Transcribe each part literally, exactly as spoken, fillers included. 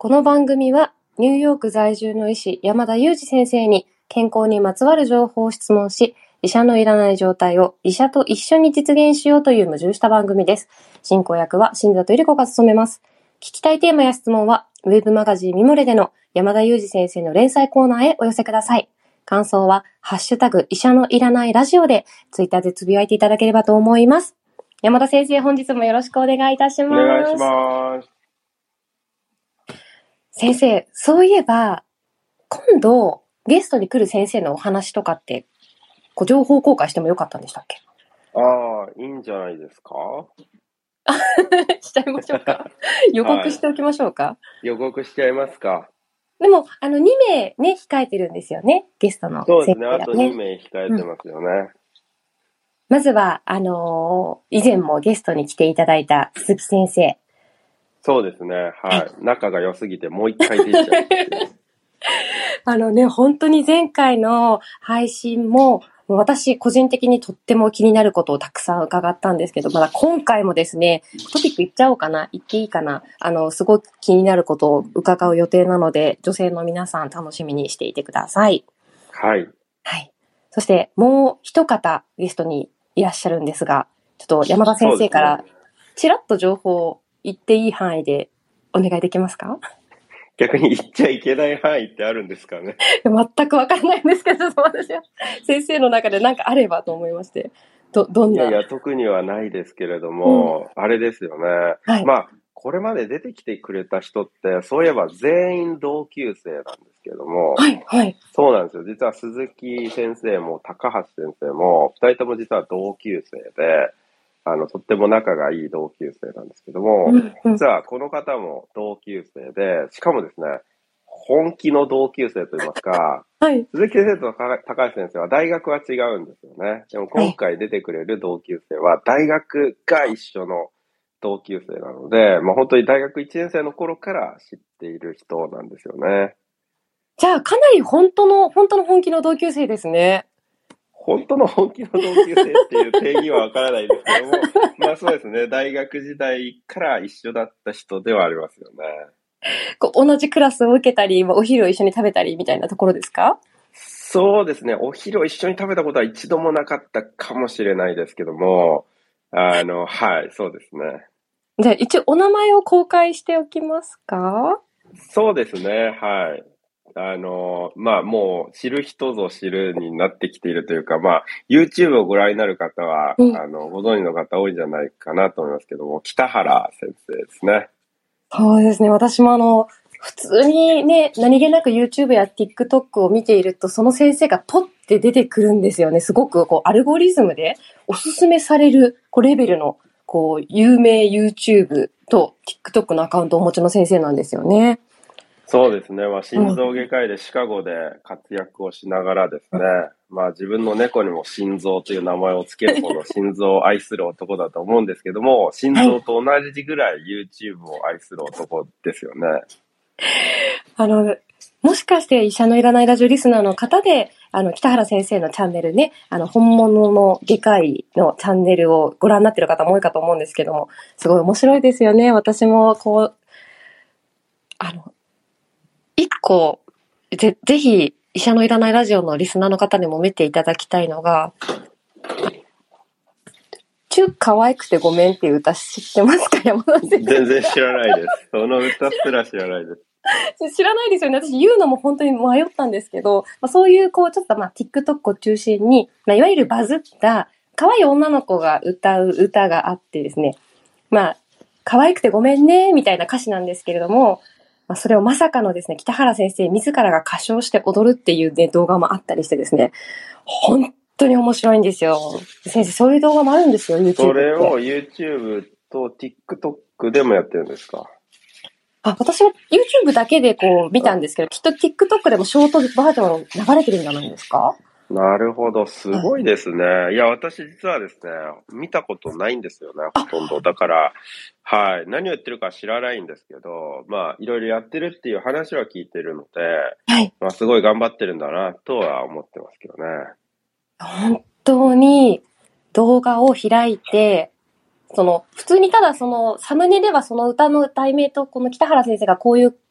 この番組はニューヨーク在住の医師山田裕二先生に健康にまつわる情報を質問し、医者のいらない状態を医者と一緒に実現しようという矛盾した番組です。進行役は新里ゆり子が務めます。聞きたいテーマや質問はウェブマガジンミモレでの山田裕二先生の連載コーナーへお寄せください。感想はハッシュタグ医者のいらないラジオでツイッターでつぶやいていただければと思います。山田先生、本日もよろしくお願いいたします。 お願いします。 先生、そういえば、今度、ゲストに来る先生のお話とかって、ご情報公開してもよかったんでしたっけ？ ああ、いいんじゃないですか？ しちゃいましょうか。予告しておきましょうか。はい、 予告しちゃいますか。 でも、あの、にめいね、控えてるんですよね、ゲストの先生、ね。 そうですね、あとにめい控えてますよね。うん、 まずは、あのー、以前もゲストに来ていただいた鈴木先生。 そうですね、はい。はい、仲が良すぎてもう一回出ちゃう。 あのね、本当に前回の配信も、私個人的にとっても気になることをたくさん伺ったんですけど、まだ今回もですね、トピック言っちゃおうかな、言っていいかな、あの、すごく気になることを伺う予定なので、女性の皆さん楽しみにしていてください。 はい。 はい。そしてもう一方ゲストにいらっしゃるんですが、ちょっと山田先生からちらっと情報を言っていい範囲でお願いできますか？ 逆に言っちゃいけない範囲ってあるんですかね？ 全くわからないんですけど、私は先生の中で何かあればと思いまして、ど、どんな。 いやいや、特にはないですけれども、うん、あれですよね。はい、まあ、これまで出てきてくれた人って、そういえば全員同級生なんですけども、 はいはい、 そうなんですよ。実は鈴木先生も高橋先生も、二人とも実は同級生で、あの、とっても仲がいい同級生なんですけども、うんうん、実はこの方も同級生で、しかもですね、本気の同級生といいますか、はい、鈴木先生と高橋先生は大学は違うんですよね。でも今回出てくれる同級生は大学が一緒の同級生なので、まあ、本当に大学いちねん生の頃から知っている人なんですよね。 じゃあかなり本当の、本当の本気の同級生ですね。 本当の本気の同級生っていう定義はわからないですけども、まあそうですね、大学時代から一緒だった人ではありますよね。 こう同じクラスを受けたり、お昼を一緒に食べたりみたいなところですか？ そうですね、お昼を一緒に食べたことは一度もなかったかもしれないですけども、あの、はい、そうですね。 じゃあ一応お名前を公開しておきますか？ そうですね、はい。あの、まあ、もう知る人ぞ知るになってきているというか、まあ、YouTube をご覧になる方は、うん、あの、ご存知の方多いんじゃないかなと思いますけども、北原先生ですね。 そうですね。私もあの、普通にね、何気なく YouTube や TikTok を見ていると、その先生がポッて出てくるんですよね。すごくこう、アルゴリズムでおすすめされる、こう、レベルの、こう、有名 YouTube と TikTok のアカウントをお持ちの先生なんですよね。 そうですね。まあ、心臓外科医でシカゴで活躍をしながらですね、うん、まあ自分の猫にも心臓という名前をつけるほど心臓を愛する男だと思うんですけども、心臓と同じぐらい YouTube を愛する男ですよね。 あの、もしかして医者のいらないラジオリスナーの方で、あの、北原先生のチャンネルね、あの、本物の外科医のチャンネルをご覧になっている方も多いかと思うんですけども、すごい面白いですよね。私もこう、あの、一個、ぜ、ぜひ、医者のいらないラジオのリスナーの方にも見ていただきたいのが、チュー可愛くてごめんっていう歌知ってますか、山田先生？ 全然知らないです。その歌すら知らないです。 知らないですよね。私言うのも本当に迷ったんですけど、まあ、そういうこう、ちょっとまあ TikTok を中心に、まあ、いわゆるバズった可愛い女の子が歌う歌があってですね、まあ、可愛くてごめんね、みたいな歌詞なんですけれども、まあ、それをまさかのですね、北原先生自らが歌唱して踊るっていう、ね、動画もあったりしてですね、本当に面白いんですよ。先生、そういう動画もあるんですよ、YouTube って。 それを YouTube と TikTok でもやってるんですか？ あ、私は YouTube だけでこう見たんですけど、きっと TikTok でもショートバージョン流れてるんじゃないですか？ なるほど、すごいですね。はい、いや、私実はですね、見たことないんですよね、ほとんど。だから、はい、何を言ってるか知らないんですけど、まあ、いろいろやってるっていう話は聞いてるので、はい、まあ、すごい頑張ってるんだな、とは思ってますけどね。 本当に動画を開いて、その、普通にただその、サムネではその歌の題名とこの北原先生がこういう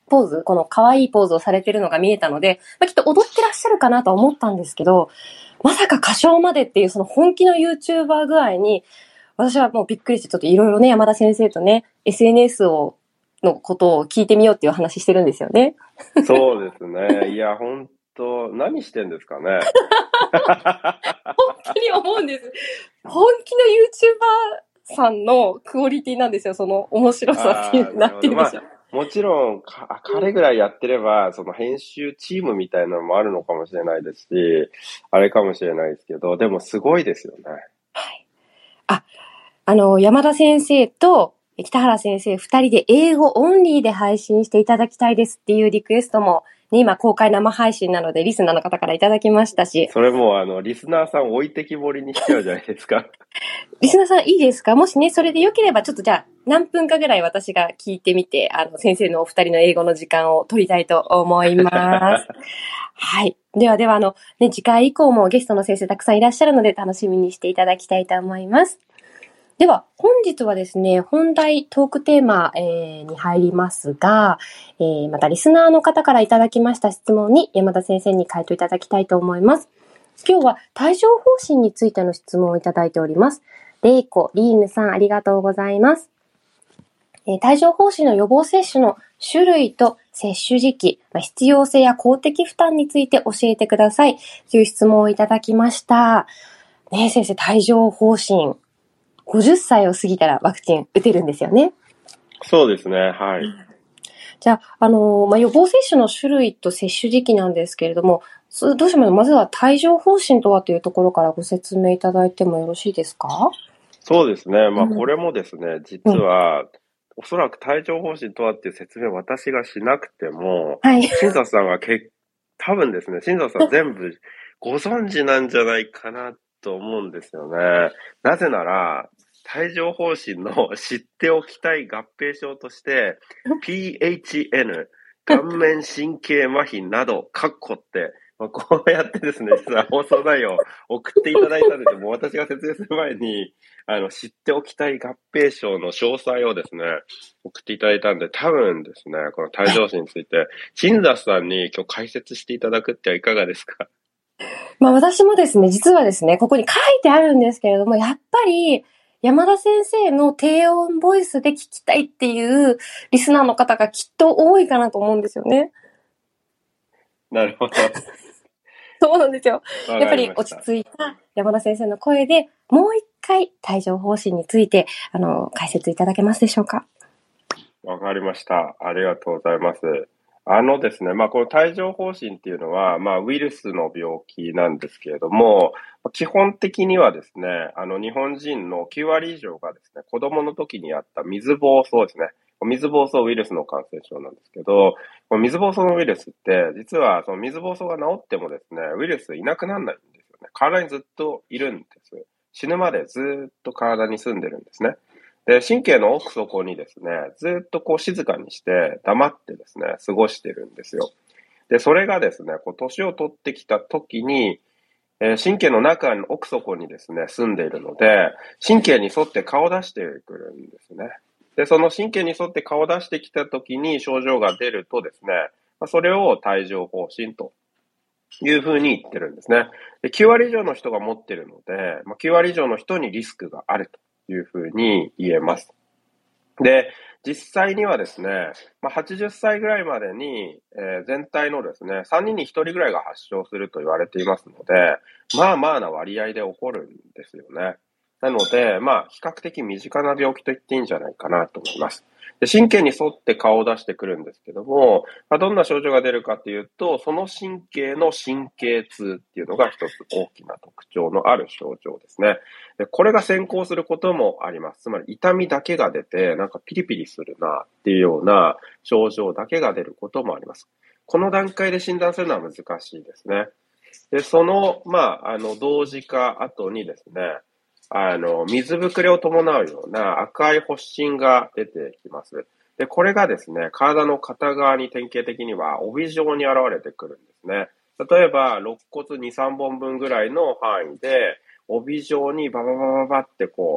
ポーズ、この可愛いポーズをされてるのが見えたので、まあ、きっと踊ってらっしゃるかなとは思ったんですけど、まさか歌唱までっていうその本気の YouTuber 具合に、私はもうびっくりして、ちょっといろいろね、山田先生とね、エスエヌエス を、のことを聞いてみようっていう話してるんですよね。 そうですね。いや、本当何してんですかね。 本当に思うんです。本気の YouTuber さんのクオリティなんですよ、その面白さっていう、なってるんですよ。 まあ、もちろんか、彼ぐらいやってれば、その編集チームみたいなのもあるのかもしれないですし、あれかもしれないですけど、でもすごいですよね。 はい。あ、あの、山田先生と北原先生二人で英語オンリーで配信していただきたいですっていうリクエストも、ね、今公開生配信なのでリスナーの方からいただきましたし。 それもあの、リスナーさん置いてきぼりにしちゃうじゃないですか。 リスナーさんいいですか？もしね、それで良ければちょっとじゃあ何分かぐらい私が聞いてみて、あの、先生のお二人の英語の時間を取りたいと思います。はい。ではでは、あの、ね、次回以降もゲストの先生たくさんいらっしゃるので楽しみにしていただきたいと思います。では、本日はですね、本題トークテーマ、えー、に入りますが、えー、またリスナーの方からいただきました質問に山田先生に回答いただきたいと思います。今日は帯状疱疹についての質問をいただいております。レイコ、リーヌさんありがとうございます。えー、帯状疱疹の予防接種の種類と接種時期、まあ、必要性や公的負担について教えてくださいという質問をいただきました。ねえ先生、帯状疱疹。ごじゅっさいを過ぎたらワクチン打てるんですよね。 そうですね、はい。 じゃあ、あの、まあ、予防接種の種類と接種時期なんですけれども、どうしましょう。まずは帯状疱疹とはというところからご説明いただいてもよろしいですか？ そうですね。まあ、これもですね、うん、実は、おそらく帯状疱疹とはっていう説明を私がしなくても、はい。新里さんがけ多分ですね、新里さん全部ご存知なんじゃないかなと思うんですよね。なぜなら、帯状疱疹の知っておきたい合併症として、ピーエイチエヌ、顔面神経麻痺など、カッコって、まあ、こうやってですね、実は放送内容を送っていただいたんですけども、私が説明する前に、あの、知っておきたい合併症の詳細をですね、送っていただいたんで、多分ですね、この帯状疱について、新座さんに今日解説していただくってはいかがですか？ まあ私もですね、実はですね、ここに書いてあるんですけれども、やっぱり、山田先生の低音ボイスで聞きたいっていうリスナーの方がきっと多いかなと思うんですよね。 なるほど。 そうなんですよ。やっぱり落ち着いた山田先生の声でもう一回帯状疱疹についてあの解説いただけますでしょうか？ わかりました。ありがとうございます。あのですね、まあ、この帯状疱疹っていうのは、まあ、ウイルスの病気なんですけれども、基本的にはですね、あの、日本人のきゅうわり以上がですね、子供の時にあった水疱瘡ですね。水疱瘡ウイルスの感染症なんですけど、この水疱瘡のウイルスって、実はその水疱瘡が治ってもですね、ウイルスいなくならないんですよね。体にずっといるんです。死ぬまでずっと体に住んでるんですね。で、神経の奥底にですね、ずっとこう静かにして黙ってですね、過ごしてるんですよ。で、それがですね、こう年を取ってきた時に、えー、神経の中の奥底にですね、住んでいるので、神経に沿って顔を出してくるんですね。で、その神経に沿って顔を出してきた時に症状が出るとですね、それを帯状疱疹というふうに言ってるんですね。で、きゅうわり以上の人が持ってるので、まあ、きゅうわり以上の人にリスクがあるというふうに言えます。で、実際にはですね、まあ、はちじゅっさいぐらいまでに、えー、全体のですね、さんにんにひとりぐらいが発症すると言われていますので、まあまあな割合で起こるんですよね。なので、まあ、比較的身近な病気と言っていいんじゃないかなと思います。で、神経に沿って顔を出してくるんですけども、まあ、どんな症状が出るかというと、その神経の神経痛っていうのが一つ大きな特徴のある症状ですね。で、これが先行することもあります。つまり痛みだけが出て、なんかピリピリするなっていうような症状だけが出ることもあります。この段階で診断するのは難しいですね。で、その、まあ、あの、同時か後にですね、あの、水ぶくれを伴うような赤い発疹が出てきます。で、これがですね、体の片側に典型的には帯状に現れてくるんですね。例えば、肋骨に、さんぼんぶんぐらいの範囲で、帯状にバババババってこう、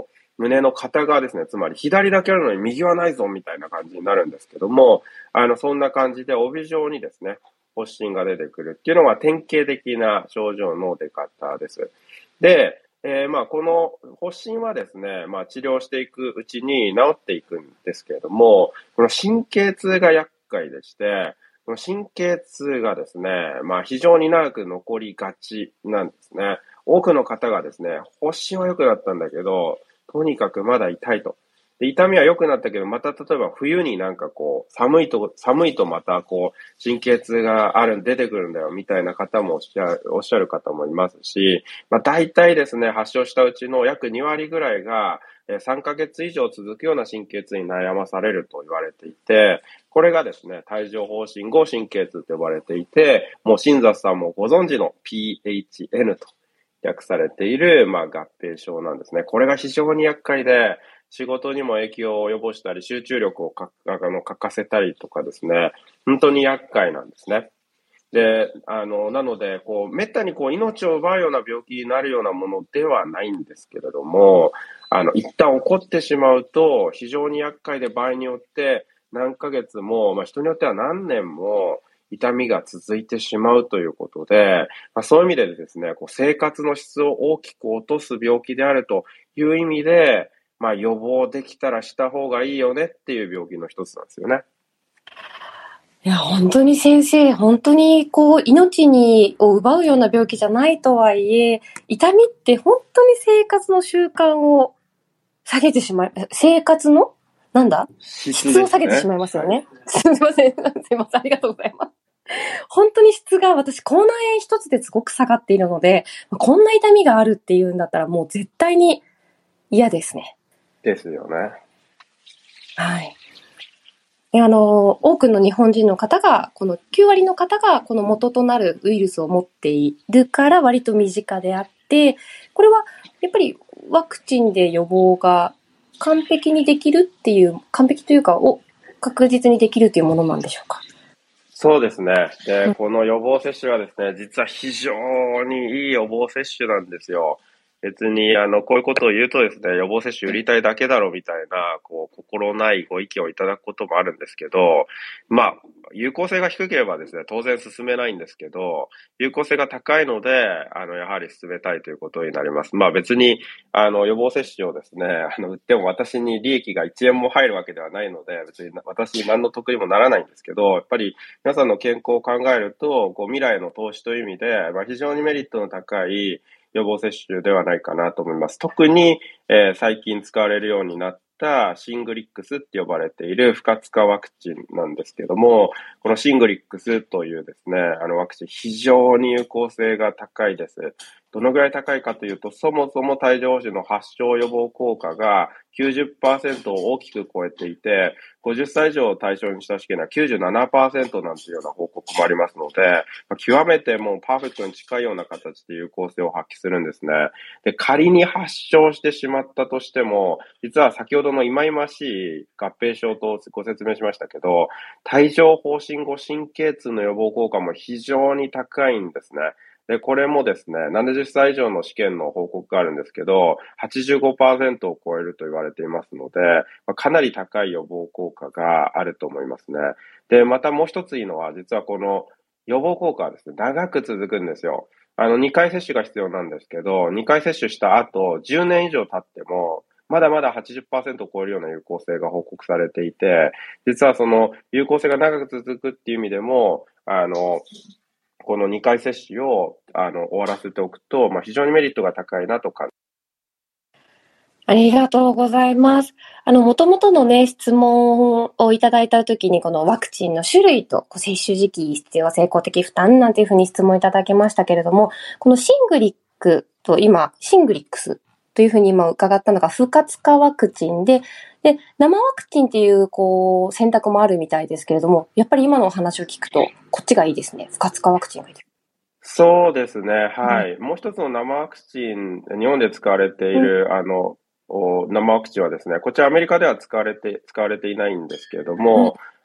胸の片側ですね、つまり左だけあるのに右はないぞみたいな感じになるんですけども、あの、そんな感じで帯状にですね、発疹が出てくるっていうのが典型的な症状の出方です。で、えー、まあ、この発疹はですね、まあ、治療していくうちに治っていくんですけれども、この神経痛が厄介でして、この神経痛がですね、まあ、非常に長く残りがちなんですね。多くの方がですね、発疹は良くなったんだけど、とにかくまだ痛いと。で、痛みは良くなったけど、また例えば冬になんかこう、寒いと、寒いとまたこう、神経痛がある、出てくるんだよ、みたいな方もおっしゃる、おっしゃる方もいますし、まあ大体ですね、発症したうちの約に割ぐらいが、さんかげつ以上続くような神経痛に悩まされると言われていて、これがですね、帯状疱疹後神経痛と呼ばれていて、もう新雑さんもご存知の ピーエイチエヌ と訳されている、まあ、合併症なんですね。これが非常に厄介で、仕事にも影響を及ぼしたり、集中力をかあの欠かせたりとかですね、本当に厄介なんですね。で、あの、なので、こう、めったにこう、命を奪うような病気になるようなものではないんですけれども、あの、一旦起こってしまうと、非常に厄介で場合によって何ヶ月も、まあ、人によっては何年も痛みが続いてしまうということで、まあ、そういう意味でですね、こう生活の質を大きく落とす病気であるという意味で、まあ、予防できたらした方がいいよねっていう病気の一つなんですよね。 いや、本当に先生、本当にこう、命にを奪うような病気じゃないとはいえ、痛みって本当に生活の習慣を下げてしまい、生活のなんだ質、ね、質を下げてしまいますよね。はい、すみません。すみません。ありがとうございます。本当に質が、私、口内炎一つですごく下がっているので、こんな痛みがあるっていうんだったらもう絶対に嫌ですね。 ですよね。 はい。で、あの、多くの日本人の方が、このきゅう割の方がこの元となるウイルスを持っているから割と身近であって、これはやっぱりワクチンで予防が完璧にできるっていう、完璧というか、を確実にできるというものなんでしょうか？ そうですね。で、うん、この予防接種はですね、実は非常にいい予防接種なんですよ。別に、あの、こういうことを言うとですね、予防接種売りたいだけだろうみたいな、こう、心ないご意見をいただくこともあるんですけど、まあ、有効性が低ければですね、当然進めないんですけど、有効性が高いので、あの、やはり進めたいということになります。まあ別に、あの、予防接種をですね、あの、売っても私に利益がいちえんも入るわけではないので、別に私に何の得にもならないんですけど、やっぱり皆さんの健康を考えると、こう、未来の投資という意味で、まあ非常にメリットの高い、予防接種ではないかなと思います。特に、えー、最近使われるようになったシングリックスって呼ばれている不活化ワクチンなんですけども、このシングリックスというですね、あのワクチン非常に有効性が高いです。どのぐらい高いかというと、そもそも帯状疱疹の発症予防効果がきゅうじゅっパーセントを大きく超えていて、ごじゅっさい以上を対象にした試験では きゅうじゅうななパーセント なんていうような報告もありますので、極めてもうパーフェクトに近いような形で有効性を発揮するんですね。で、仮に発症してしまったとしても、実は先ほどの忌々しい合併症とご説明しましたけど、帯状疱疹後神経痛の予防効果も非常に高いんですね。で、これもですね、ななじゅっさい以上の試験の報告があるんですけど、はちじゅうごパーセント を超えると言われていますので、まあ、かなり高い予防効果があると思いますね。で、またもう一ついいのは、実はこの予防効果はですね、長く続くんですよ。あの、にかい接種が必要なんですけど、にかい接種した後、じゅうねん以上経っても、まだまだ はちじゅっパーセント を超えるような有効性が報告されていて、実はその有効性が長く続くっていう意味でも、あの、このにかい接種をあの終わらせておくと、まあ、非常にメリットが高いなと感じます。 ありがとうございます。あの、もともとのね、質問をいただいたときに、このワクチンの種類と接種時期、必要性公的負担なんていうふうに質問いただきましたけれども、このシングリックと今、シングリックスというふうに今伺ったのが不活化ワクチンで、で、生ワクチンっていう、こう、選択もあるみたいですけれども、やっぱり今のお話を聞くと、こっちがいいですね。不活化ワクチンがいいです。 そうですね。はい。うん、もう一つの生ワクチン、日本で使われている、うん、あの、生ワクチンはですね、こちらアメリカでは使われて、使われていないんですけれども、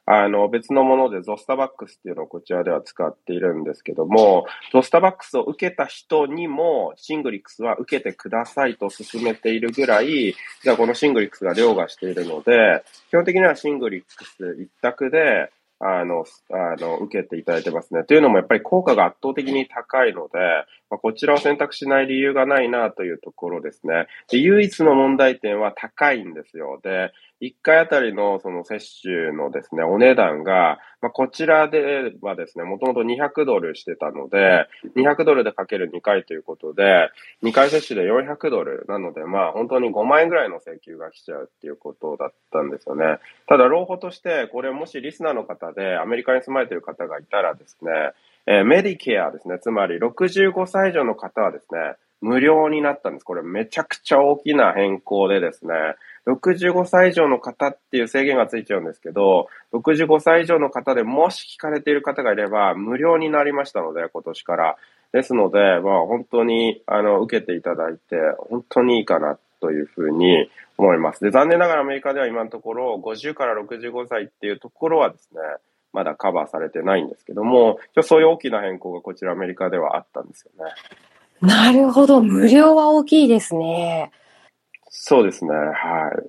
あの、別のものでゾスタバックスっていうのをこちらでは使っているんですけども、ゾスタバックスを受けた人にもシングリックスは受けてくださいと勧めているぐらい、じゃあこのシングリックスが凌駕しているので、基本的にはシングリックス一択で、あの、あの、受けていただいてますね。というのもやっぱり効果が圧倒的に高いので、まあ、こちらを選択しない理由がないなというところですね。で、唯一の問題点は高いんですよ。で、いっかいあたりのその接種のですね、お値段が、まあ、こちらではですね、もともとにひゃくドルしてたので、にひゃくドルでかけるにかいということで、にかい接種でよんひゃくドルなので、まあ本当にごまんえんぐらいの請求が来ちゃうっていうことだったんですよね。ただ、朗報として、これもしリスナーの方でアメリカに住まれている方がいたらですね、えー、メディケアですね、つまりろくじゅうごさい以上の方はですね、無料になったんです。これめちゃくちゃ大きな変更でですね、ろくじゅうごさい以上の方っていう制限がついちゃうんですけど、ろくじゅうごさい以上の方でもし聞かれている方がいれば無料になりましたので、今年から。ですので、まあ本当に、あの、受けていただいて、本当にいいかなというふうに思います。で、残念ながらアメリカでは今のところ、ごじゅうからろくじゅうごさいっていうところはですね、まだカバーされてないんですけども、そういう大きな変更がこちらアメリカではあったんですよね。 なるほど。無料は大きいですね。 そうですね。はい。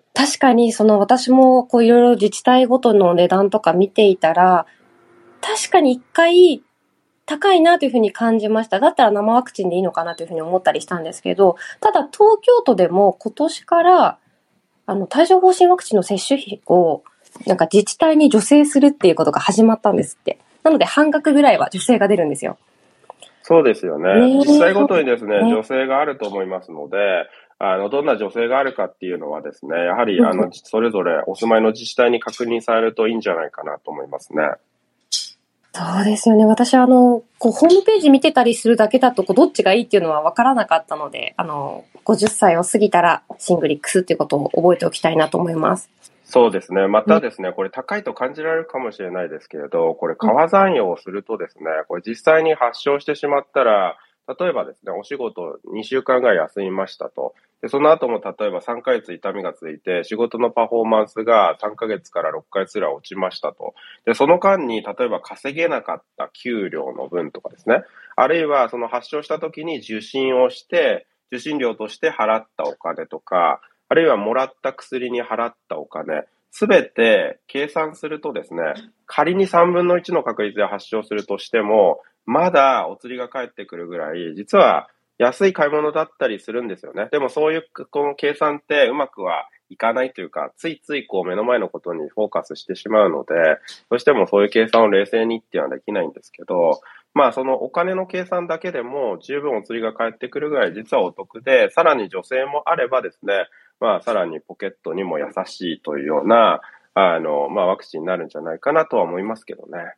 確かに、その私もこういろいろ自治体ごとの値段とか見ていたら、確かに一回高いなというふうに感じました。だったら生ワクチンでいいのかなというふうに思ったりしたんですけど、ただ東京都でも今年からあの帯状疱疹ワクチンの接種費をなんか自治体に助成するっていうことが始まったんですって。なので半額ぐらいは助成が出るんですよ。 そうですよね。自治体ごとにですね、助成があると思いますので、あの、どんな助成があるかっていうのはですね、やはり、あの、それぞれお住まいの自治体に確認されるといいんじゃないかなと思いますね。 そうですよね。私あの、こう、ホームページ見てたりするだけだと、こう、どっちがいいっていうのは分からなかったので、あの、ごじゅっさいを過ぎたらシングリックスっていうことを覚えておきたいなと思います。 そうですね。またですね、これ高いと感じられるかもしれないですけれど、これ川残用をするとですね、これ実際に発症してしまったら、例えばですね、お仕事にしゅうかんぐらい休みましたと。で、その後も例えばさんかげつ痛みが続いて、仕事のパフォーマンスがさんかげつからろっかげつぐらい落ちましたと。で、その間に例えば稼げなかった給料の分とかですね、あるいはその発症した時に受診をして、受診料として払ったお金とか、あるいはもらった薬に払ったお金、すべて計算するとですね、仮にさんぶんのいちの確率で発症するとしても、まだお釣りが返ってくるぐらい、実は安い買い物だったりするんですよね。でもそういうこの計算ってうまくはいかないというか、ついついこう目の前のことにフォーカスしてしまうので、どうしてもそういう計算を冷静にっていうのはできないんですけど、まあそのお金の計算だけでも十分お釣りが返ってくるぐらい実はお得で、さらに助成もあればですね、まあさらにポケットにも優しいというような、あの、まあワクチンになるんじゃないかなとは思いますけどね。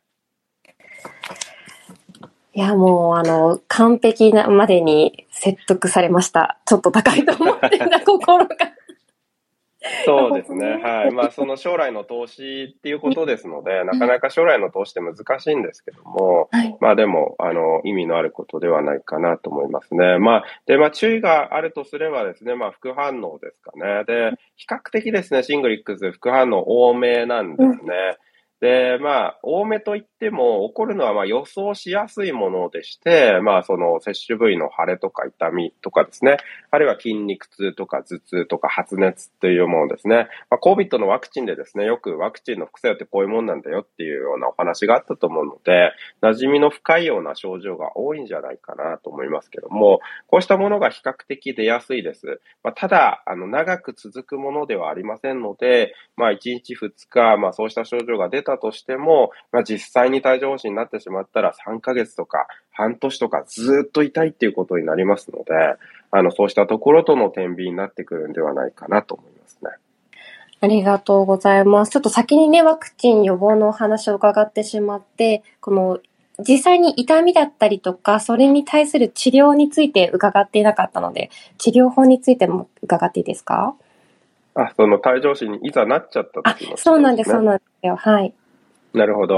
いや、もう、あの、完璧なまでに説得されました。ちょっと高いと思ってた心が。 そうですね。はい。まあ、その将来の投資っていうことですので、なかなか将来の投資って難しいんですけども、はい、まあでも、あの、意味のあることではないかなと思いますね。まあ、で、まあ、注意があるとすればですね、まあ、副反応ですかね。で、比較的ですね、シングリックス副反応多めなんですね。うんで、まあ、多めといっても、起こるのはまあ予想しやすいものでして、まあ、その接種部位の腫れとか痛みとかですね、あるいは筋肉痛とか頭痛とか発熱というものですね。まあ、COVID のワクチンでですね、よくワクチンの副作用ってこういうもんなんだよっていうようなお話があったと思うので、馴染みの深いような症状が多いんじゃないかなと思いますけども、こうしたものが比較的出やすいです。まあ、ただ、あの、長く続くものではありませんので、まあ、いちにちふつか、まあ、そうした症状が出たとしても、まあ、実際に帯状疱疹になってしまったらさんかげつとか半年とかずっと痛いっていうことになりますので、あの、そうしたところとの天秤になってくるんではないかなと思いますね。 ありがとうございます。ちょっと先にね、ワクチン予防のお話を伺ってしまって、この、実際に痛みだったりとか、それに対する治療について伺っていなかったので、治療法についても伺っていいですか？ あ、その帯状疱疹にいざなっちゃった時の、ね、 あ、そうなんです、そうなんですよ。はい。 なるほど。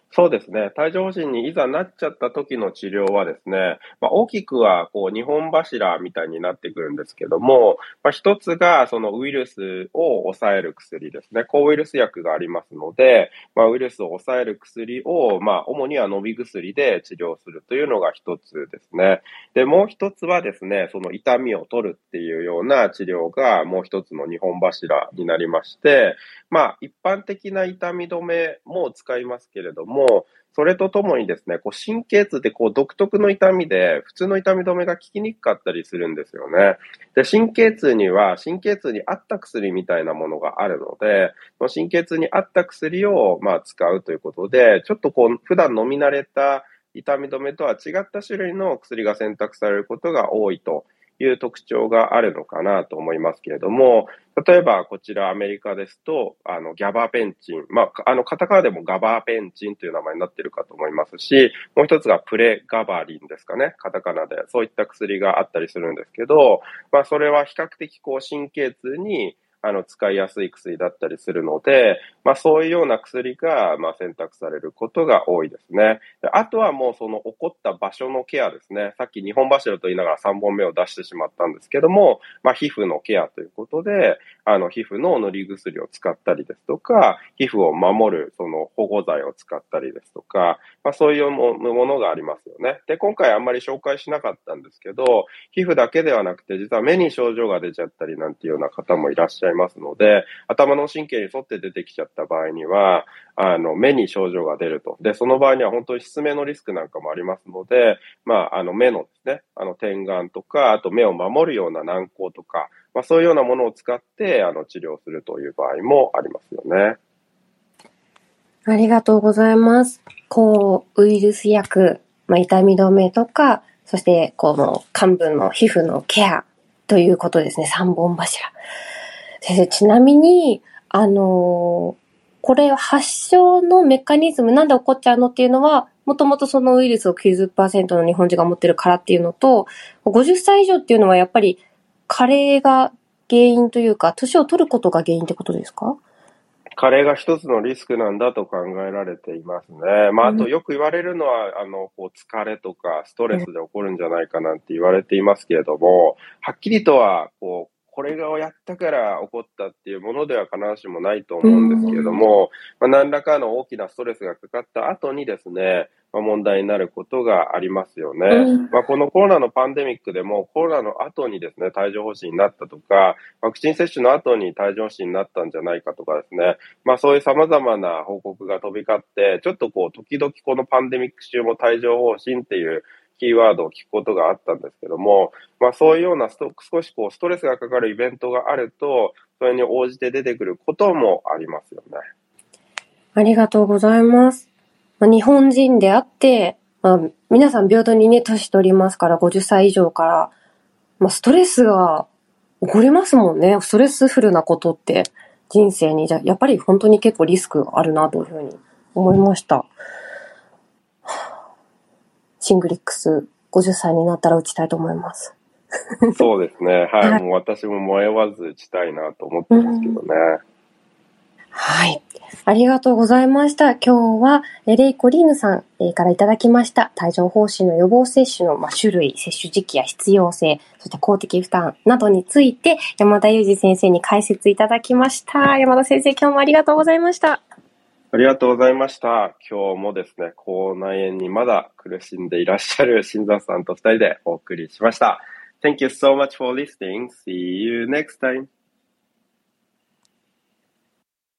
そうですね。帯状疱疹にいざなっちゃった時の治療はですね、まあ、大きくはこう二本柱みたいになってくるんですけども、まあ、一つがそのウイルスを抑える薬ですね。抗ウイルス薬がありますので、まあ、ウイルスを抑える薬を、まあ、主には飲み薬で治療するというのが一つですね。で、もう一つはですね、その痛みを取るっていうような治療がもう一つの二本柱になりまして、まあ、一般的な痛み止めも使いますけれども、それとともにですね、こう神経痛ってこう独特の痛みで、普通の痛み止めが効きにくかったりするんですよね。で、神経痛には神経痛に合った薬みたいなものがあるので、神経痛に合った薬をまあ使うということで、ちょっとこう普段飲み慣れた痛み止めとは違った種類の薬が選択されることが多いという特徴があるのかなと思いますけれども、例えばこちらアメリカですと、あのギャバペンチン、まあ、あのカタカナでもガバペンチンという名前になっているかと思いますし、もう一つがプレガバリンですかね、カタカナでそういった薬があったりするんですけど、まあ、それは比較的こう神経痛にあの使いやすい薬だったりするので、まあ、そういうような薬がまあ選択されることが多いですね。であとはもうその起こった場所のケアですね。さっきにほん柱と言いながらさんぼんめを出してしまったんですけども、まあ、皮膚のケアということで、あの皮膚の塗り薬を使ったりですとか、皮膚を守るその保護剤を使ったりですとか、まあ、そういうものがありますよね。で、今回あんまり紹介しなかったんですけど、皮膚だけではなくて、実は目に症状が出ちゃったりなんていうような方もいらっしゃいますので、頭の神経に沿って出てきちゃった場合には、あの、目に症状が出ると。で、その場合には本当に失明のリスクなんかもありますので、まあ、あの、目のですね、あの、点眼とか、あと目を守るような軟膏とか、まあ、そういうようなものを使って、あの、治療するという場合もありますよね。 ありがとうございます。こう、ウイルス薬、まあ、痛み止めとか、そして、この、患部の皮膚のケアということですね。三本柱。先生、ちなみに、あのー、これ発症のメカニズム、なんで起こっちゃうのっていうのは、もともとそのウイルスを きゅうじゅっパーセント の日本人が持ってるからっていうのと、ごじゅっさい以上っていうのはやっぱり、加齢が原因というか、年を取ることが原因ってことですか？ 加齢が一つのリスクなんだと考えられていますね。まあ、あとよく言われるのは、あの、こう疲れとかストレスで起こるんじゃないかなんて言われていますけれども、はっきりとは、こう、これがやったから起こったっていうものでは必ずしもないと思うんですけれども、まあ、何らかの大きなストレスがかかった後にですね、まあ、問題になることがありますよね。まあ、このコロナのパンデミックでもコロナの後にですね、帯状疱疹になったとか、ワクチン接種の後に帯状疱疹になったんじゃないかとかですね、まあそういう様々な報告が飛び交って、ちょっとこう、時々このパンデミック中も帯状疱疹っていうキーワードを聞くことがあったんですけども、まあそういうようなスト少しこうストレスがかかるイベントがあると、それに応じて出てくることもありますよね。 ありがとうございます。まあ、日本人であって、まあ、皆さん平等にね、年取りますから、ごじゅっさい以上から、まあ、ストレスが起こりますもんね。ストレスフルなことって人生に、じゃやっぱり本当に結構リスクがあるなというふうに思いました。シングリックスごじゅっさいになったら打ちたいと思います。 そうですね。はい。はい、もう私も迷わず打ちたいなと思ってますけどね。 はい。ありがとうございました。今日は、レイコリーヌさんからいただきました、帯状疱疹の予防接種の種類、接種時期や必要性、そして公的負担などについて、山田裕二先生に解説いただきました。山田先生、今日もありがとうございました。 ありがとうございました。今日もですね、口内炎にまだ苦しんでいらっしゃる新座さんと二人でお送りしました。Thank you so much for listening. See you next time.